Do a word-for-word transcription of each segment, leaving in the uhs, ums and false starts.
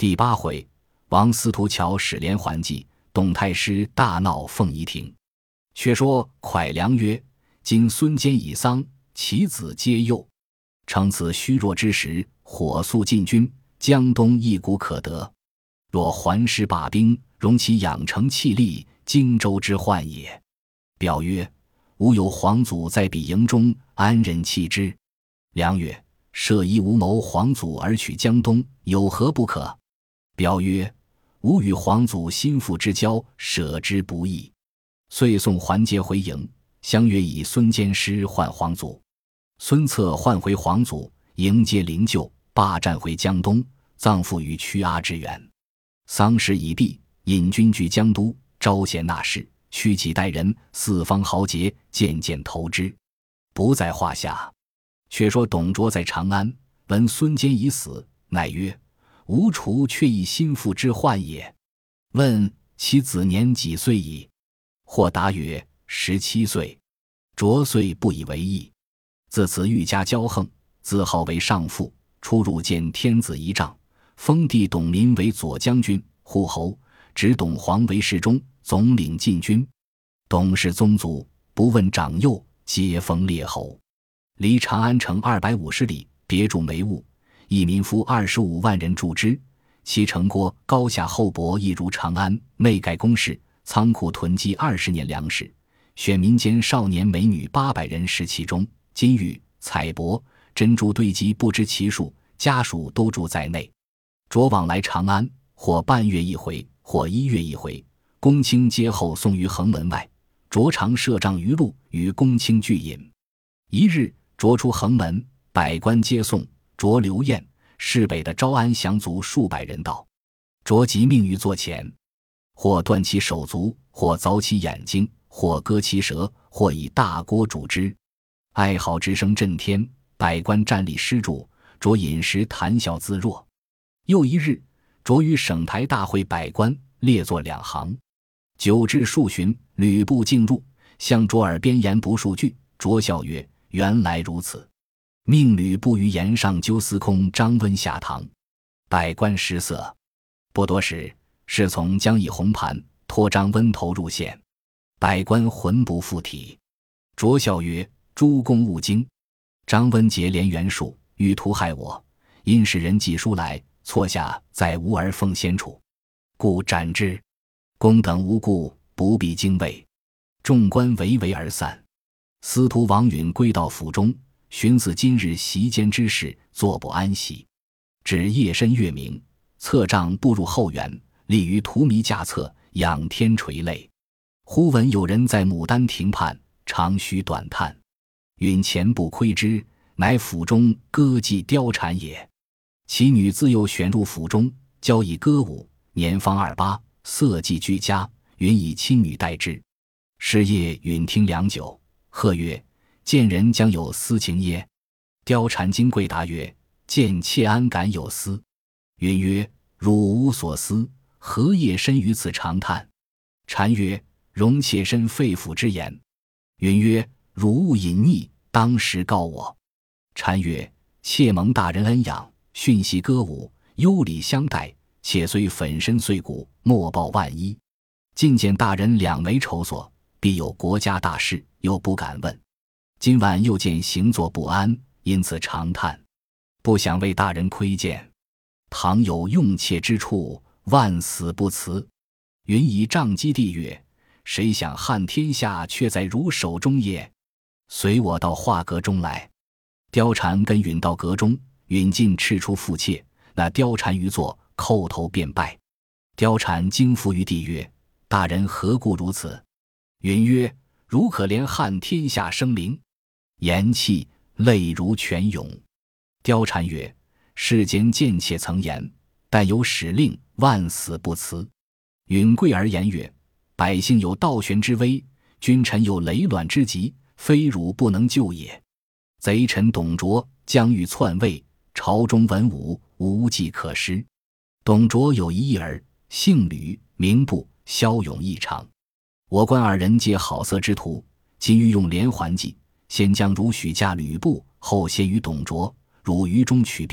第八回，王司徒桥使连环计，董太师大闹凤仪亭。却说蒯良曰：今孙坚已丧，其子皆幼，乘此虚弱之时，火速进军，江东一鼓可得。若还师罢兵，容其养成气力，荆州之患也。表曰：吾有皇祖在彼营中，安忍弃之？良曰：设一无谋皇祖而取江东，有何不可？表曰：吾与皇祖心腹之交，舍之不易。遂送桓节回营，相约以孙坚师换皇祖。孙策换回皇祖，迎接灵柩，罢战回江东，葬父于曲阿之原。丧事已毕，引军据江都，招贤纳士，驱几代人，四方豪杰渐渐投之，不在话下。却说董卓在长安，闻孙坚已死，乃曰：吾除却一心腹之患也。问其子年几岁矣？或答曰：十七岁。卓遂不以为意。自此愈加骄横，自号为上父，出入见天子仪仗，封弟董民为左将军、护侯，指董黄为侍中，总领禁军。董氏宗族，不问长幼，皆封列侯。离长安城二百五十里，别筑煤务，一民夫二十五万人住之。其城郭高下厚薄亦如长安，内盖宫室，仓库囤积二十年粮食，选民间少年美女八百人食其中，金玉、彩帛、珍珠堆积不知其数，家属都住在内。卓往来长安，或半月一回，或一月一回，公卿皆后送于横门外。卓常设帐于路，与公卿俱饮。一日，卓出横门，百官接送，卓留宴。市北的招安降卒数百人到，卓即命于座前，或断其手足，或凿其眼睛，或割其舌，或以大锅煮之。哀嚎之声震天，百官站立施主，卓饮食谈笑自若。又一日，卓于省台大会百官，列坐两行，酒至数巡，吕布进入，向卓耳边言不数句。卓笑曰：原来如此。命吕布于檐上揪司空张温下堂，百官失色。不多时，侍从将以红盘托张温头入献，百官魂不附体。卓笑曰：诸公勿惊，张温结连袁术，欲屠害我，因使人寄书来，错下在吾而奉先处，故斩之。公等无故，不必惊畏。众官唯唯而散。司徒王允归到府中，寻思今日席间之事，坐不安息。至夜深月明，策杖步入后园，立于荼蘼架侧，仰天垂泪。忽闻有人在牡丹亭畔长吁短叹，允前不窥之，乃府中歌妓貂蝉也。其女自幼选入府中，教以歌舞，年方二八，色技俱佳，允以亲女待之。是夜允听良久，喝曰：见人将有私情耶？貂蝉惊跪答曰：见妾安敢有私？允曰：汝无所思，何夜深于此长叹？蝉曰：容妾身肺腑之言。允曰：汝勿隐匿，当时告我。蝉曰：妾蒙大人恩养，训习歌舞，优礼相待，妾虽粉身碎骨，莫报万一。近见大人两眉愁锁，必有国家大事，又不敢问。今晚又见行坐不安，因此长叹，不想为大人窥见。倘有用妾之处，万死不辞。允以杖击地曰：谁想撼天下，却在汝手中也？随我到画阁中来。貂蝉跟允到阁中，允进斥出妇妾，那貂蝉于座，叩头便拜。貂蝉惊伏于地曰：大人何故如此？允曰：汝可怜撼天下生灵。言讫，泪如泉涌。貂蝉曰：世间贱妾曾言，但有使令，万死不辞。允跪而言曰：百姓有倒悬之危，君臣有累卵之急，非汝不能救也。贼臣董卓将欲篡位，朝中文武无计可施。董卓有一义儿，姓吕，名布，骁勇异常。我观二人皆好色之徒，今欲用连环计，先将汝许嫁吕布，后先于董卓，汝于中取变，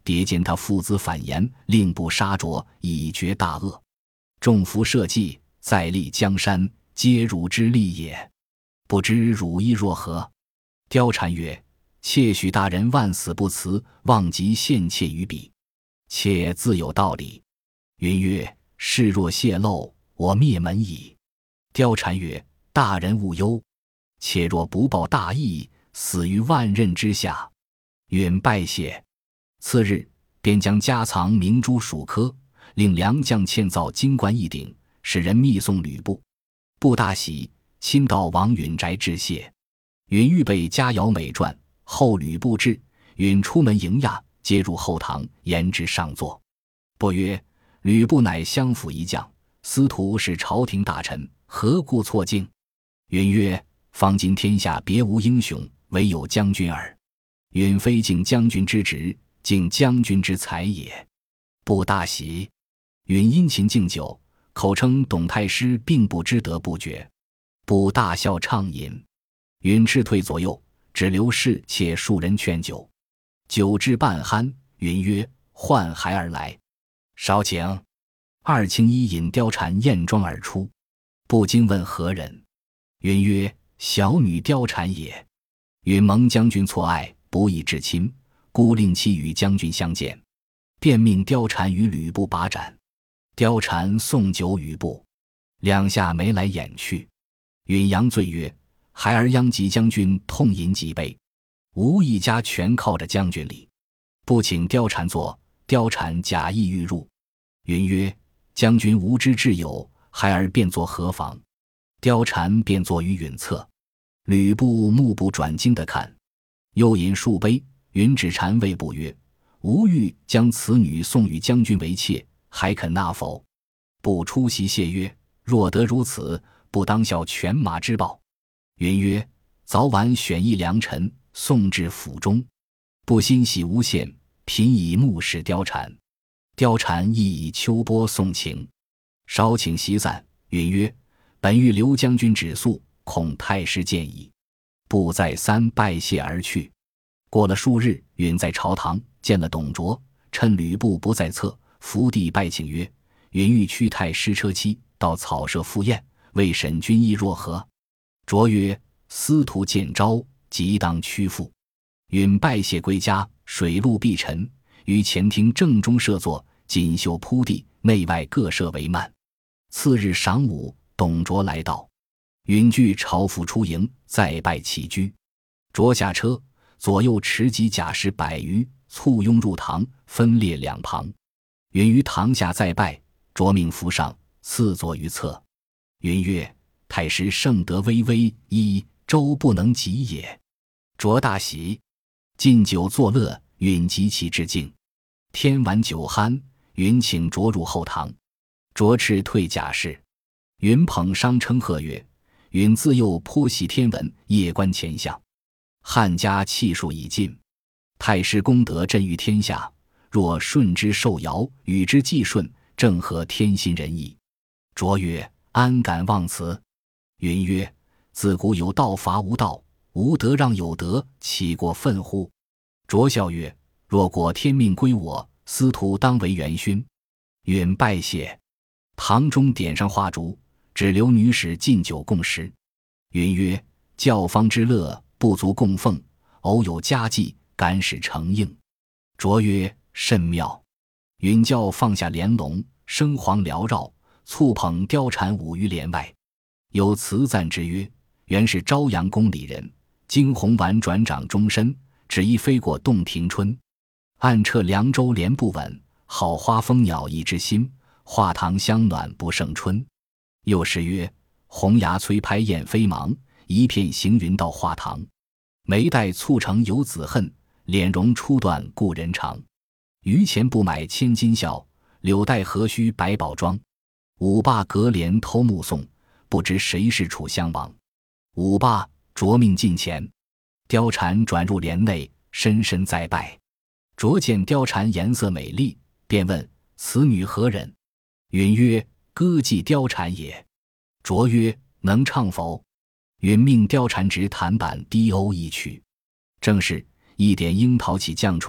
迭见他父子反言，令部杀卓，以绝大恶。众服社稷，再立江山，皆汝之力也。不知汝意若何？貂蝉曰：妾许大人万死不辞，望即献妾于彼。妾自有道理。云曰：事若泄露，我灭门矣。貂蝉曰：大人勿忧，妾若不报大义，死于万仞之下。允拜谢。次日，便将家藏明珠属科，令良将嵌造金冠一顶，使人密送吕布。布大喜，亲到王允宅致谢。允预备佳肴美馔，后吕布至，允出门迎迓，接入后堂，言之上座。不曰：吕布乃相府一将，司徒是朝廷大臣，何故错敬？允曰：方今天下别无英雄，唯有将军耳。允非敬将军之职，敬将军之才也。布大喜。允殷勤敬酒，口称董太师并不知得不绝。布大笑畅饮。允斥退左右，只留侍且数人劝酒。酒至半酣，允曰：唤孩儿来。少请。二青衣引貂蝉艳妆而出。布惊问何人？允曰：小女貂蝉也。允蒙将军错爱，不义至亲，故令其与将军相见，便命貂蝉与吕布把盏。貂蝉送酒与布，两下眉来眼去。允扬醉曰：孩儿殃及将军痛饮几杯，吾一家全靠着将军礼。布请貂蝉坐，貂蝉假意欲入。允曰：将军无知至有，孩儿便作何妨？貂蝉便坐于允侧。吕布目不转睛地看，又饮数杯。允指禅谓布曰：吾欲将此女送与将军为妾，还肯纳否？布出席谢曰：若得如此，不当效犬马之报。允曰：早晚选一良臣，送至府中。布欣喜无限，频以目视貂蝉。貂蝉亦以秋波送情。稍请席散，允曰：本欲留将军止宿，恐太师见矣。布再三拜谢而去。过了数日，允在朝堂见了董卓，趁吕布不在侧，伏地拜请曰：允欲驱太师车骑到草舍赴宴，为审君意若何？卓曰：司徒见招，即当屈服。允拜谢归家，水陆毕陈，于前厅正中设座，锦绣铺地，内外各设帷幔。次日晌午，董卓来到，允具朝服出迎，再拜起居。卓下车，左右持戟甲士百余，簇拥入堂，分列两旁。允于堂下再拜，卓命扶上，赐坐于侧。允曰：太师圣德巍巍，一周不能及也。卓大喜，进酒作乐，允极其致敬。天晚酒酣，允请卓入后堂。卓斥退甲士。允捧觞称贺曰：允自幼颇习天文，夜观前象。汉家气数已尽，太师功德震于天下，若顺之受尧，与之既顺，正合天心仁义。卓曰：安敢忘辞？允曰：自古有道伐无道，无德让有德，岂过分乎？卓笑曰：若果天命归我，司徒当为元勋。允拜谢。堂中点上画烛，只留女使进酒共食。允曰：教坊之乐，不足供奉，偶有佳绩，敢使承应。卓曰：甚妙。允教放下帘笼，声簧缭绕，簇捧貂蝉舞于帘外。有词赞之曰：原是朝阳宫里人，惊鸿婉转掌终身，只一飞过洞庭春。暗彻凉州莲不稳，好花蜂鸟意之心，画堂香暖不胜春。又诗曰：红牙催拍燕飞忙，一片行云到画堂。眉黛蹙成游子恨，脸容初断故人长。余钱不买千金笑，柳带何须百宝装。五霸隔帘偷目送，不知谁是楚襄王。五霸着命近前，貂蝉转入帘内，深深再拜。卓见貂蝉颜色美丽，便问：此女何人？允曰：歌妓貂蝉也。卓曰：能唱否？允命貂蝉执弹板低欧一曲。正是一点樱桃起绛唇，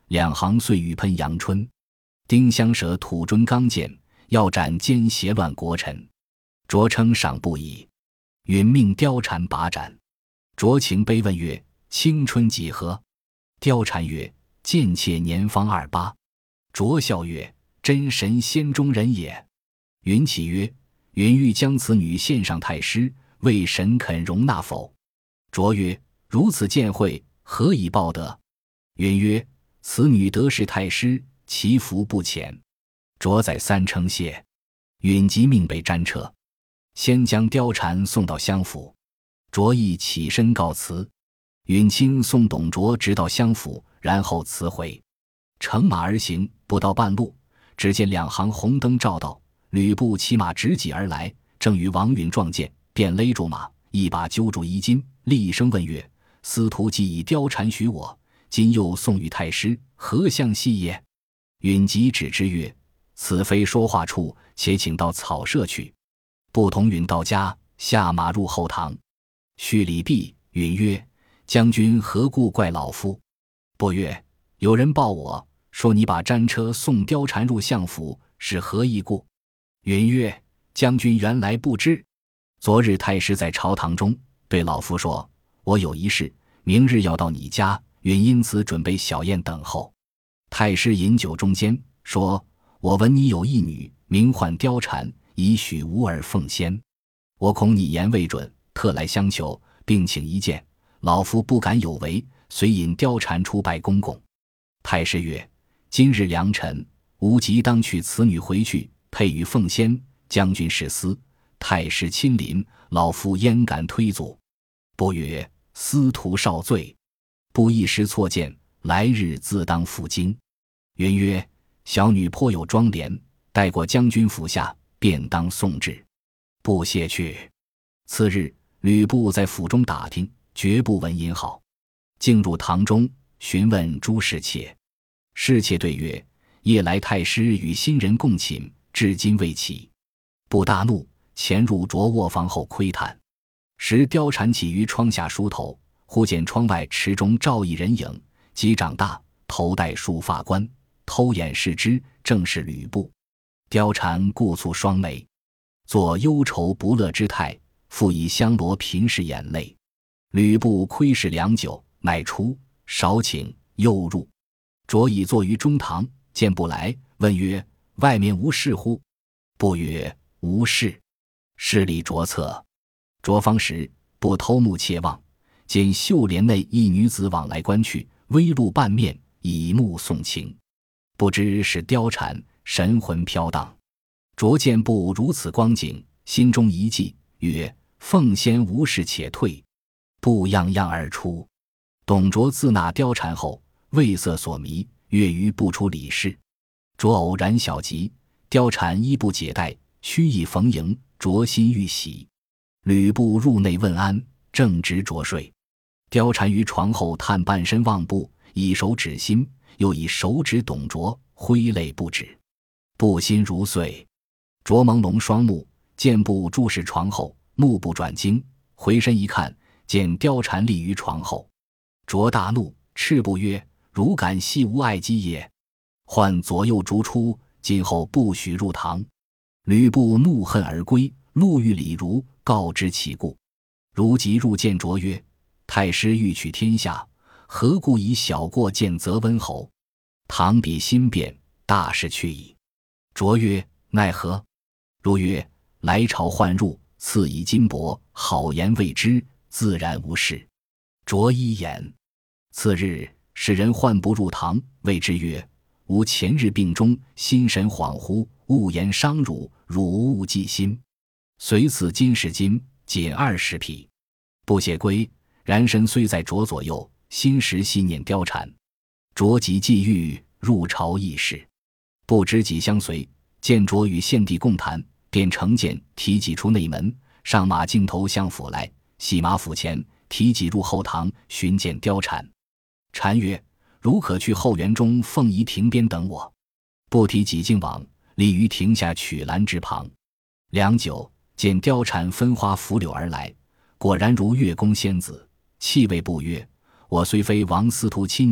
两行碎玉喷阳春。丁香舍土尊刚健，要斩奸邪乱国臣。卓称赏不已，允命貂蝉把斩。卓情悲问曰：青春几何？貂蝉曰：贱妾年方二八。卓笑曰：真神仙中人也。云起曰：云欲将此女献上太师，为神肯容纳否？卓曰：如此见惠，何以报得？云曰：此女得是太师，其福不浅。卓再三称谢。允即命被瞻车，先将貂蝉送到襄府。卓亦起身告辞。允亲送董卓直到襄府，然后辞回。乘马而行，不到半路，只见两行红灯照道，吕布骑马直戟而来，正与王允撞见，便勒住马，一把揪住衣襟，厉声问曰：司徒既以貂蝉许我，今又送与太师，何相戏也？允即止之曰：此非说话处，且请到草舍去。不同允到家，下马入后堂，叙礼毕。允曰：将军何故怪老夫？不曰：有人报我说你把瞻车送貂蝉入相府，是何意故？允曰：将军原来不知。昨日太师在朝堂中对老夫说，我有一事，明日要到你家，允因此准备小宴等候。太师饮酒中间说，我闻你有一女，名唤貂蝉，已许吾儿奉先。我恐你言未准，特来相求，并请一见。老夫不敢有违，遂引貂蝉出拜公公。太师曰：今日良辰，吾即当取此女回去，配与奉先。将军是司，太师亲临，老夫焉敢推阻？不曰：司徒少罪，不一时错见，来日自当负荆。允曰：小女颇有庄帘，待过将军府下，便当送至。不谢去。次日，吕布在府中打听，绝不闻音好。进入堂中，询问诸侍妾。侍妾对曰：夜来太师与新人共寝，至今未起。布大怒，潜入卓卧房后窥探。时貂蝉起于窗下梳头，忽见窗外池中照一人影，即长大，头戴束发冠，偷眼视之，正是吕布。貂蝉顾蹙双眉，作忧愁不乐之态，复以香罗频拭眼泪。吕布窥视良久，乃出，少请，又入。卓已坐于中堂，见不来，问曰：外面无事乎？布曰：无事。侍立卓侧。卓方时，不偷目切望，见绣帘内一女子往来观去，微露半面，以目送情。不知是貂蝉，神魂飘荡。卓见布如此光景，心中一计，曰：奉先无事，且退。布样样而出。董卓自纳貂蝉后，味色所迷，跃于不出礼事。卓偶然小疾，貂蝉衣不解带，屈意逢迎，卓心欲喜。吕布入内问安，正值卓睡。貂蝉于床后探半身望布，以手指心，又以手指董卓，挥泪不止。布心如碎。卓朦胧双目，见布注视床后，目不转睛，回身一看，见貂蝉立于床后。卓大怒，斥布曰：汝敢戏吾爱姬也！唤左右逐出，今后不许入堂。吕布怒恨而归，路遇李儒，告知其故。儒即入见卓曰：太师欲取天下，何故以小过见责温侯？唐彼心变，大事去矣。卓曰：奈何？儒曰：来朝唤入，赐以金帛，好言未之，自然无事。卓一言。次日，使人唤不入堂，谓之曰：吾前日病中，心神恍惚，误言伤汝，汝勿记心。随赐金十斤，仅二十匹。不谢归，然神虽在卓左右，心时系念貂蝉。卓即既欲入朝议事，不知己相随，见卓与献帝共谈，便乘剑提戟出内门，上马径投相府来，系马府前，提戟入后堂，寻见貂蝉。蝉曰：如可去后园中凤仪亭边等我。不提戟径往，立于亭下曲栏之旁。良久，见貂蝉分花拂柳而来，果然如月宫仙子，气味不约。我虽非王司徒亲女，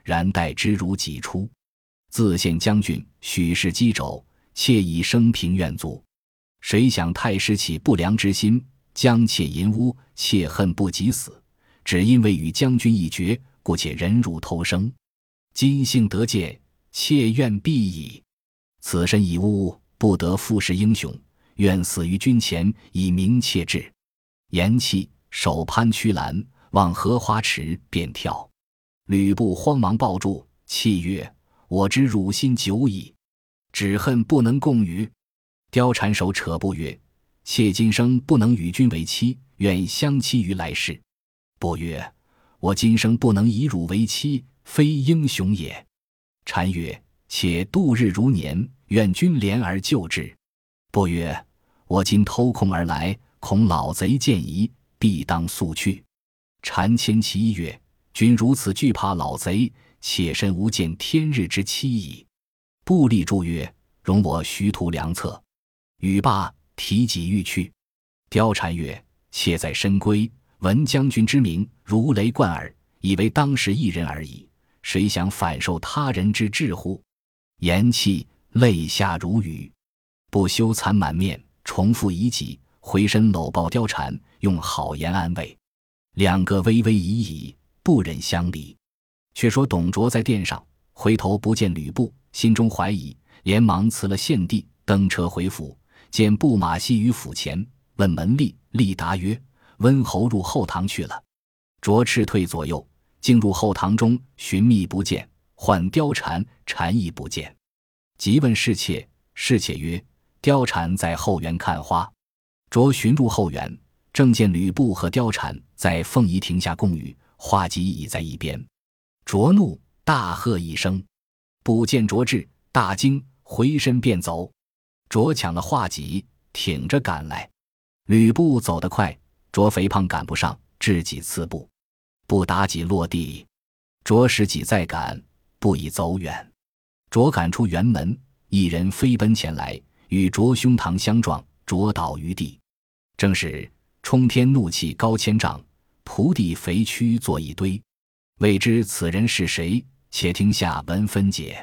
然待之如己出。自献将军，许是击肘，妾以生平愿足。谁想太师起不良之心，将妾淫污，妾恨不及死，只因为与将军一决，故且忍辱偷生。今幸得见，妾愿必矣。此身已污，不得复是英雄，愿死于军前，以明妾志。言讫，手攀曲栏，往荷花池便跳。吕布慌忙抱住，泣曰：我知汝心久矣，只恨不能共语。貂蝉手扯布曰：妾今生不能与君为妻，愿相期于来世。布曰：我今生不能以汝为妻，非英雄也。蝉曰：且度日如年，愿君怜而救之。布曰：我今偷空而来，恐老贼见疑，必当速去。蝉牵其衣曰：君如此惧怕老贼，妾身无见天日之期矣。布立柱曰：容我徐图良策。语罢，提戟欲去。貂蝉曰：妾在深闺，闻将军之名，如雷贯耳，以为当时一人而已，谁想反受他人之智乎？言讫，泪下如雨。不羞惭满面，重复以己，回身搂抱貂蝉，用好言安慰。两个微微已矣，不忍相离。却说董卓在殿上，回头不见吕布，心中怀疑，连忙辞了献帝，登车回府，见布马系于府前，问门吏，吏答曰：温侯入后堂去了。卓斥退左右，进入后堂中，寻觅不见，唤貂蝉，蝉亦不见。即问侍妾，侍妾曰：貂蝉在后园看花。卓寻入后园，正见吕布和貂蝉在凤仪亭下共语，画戟已在一边。卓怒，大喝一声。布见卓至，大惊，回身便走。卓抢了画戟，挺着赶来。吕布走得快，卓肥胖赶不上，掷戟刺布。布打戟落地，卓拾戟再赶，布已走远。卓赶出园门，一人飞奔前来，与卓胸膛相撞，卓倒于地。正是冲天怒气高千丈，仆地肥躯作一堆。未知此人是谁？且听下文分解。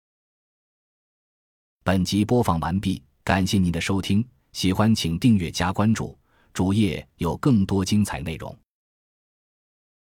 本集播放完毕，感谢您的收听，喜欢请订阅加关注，主页有更多精彩内容。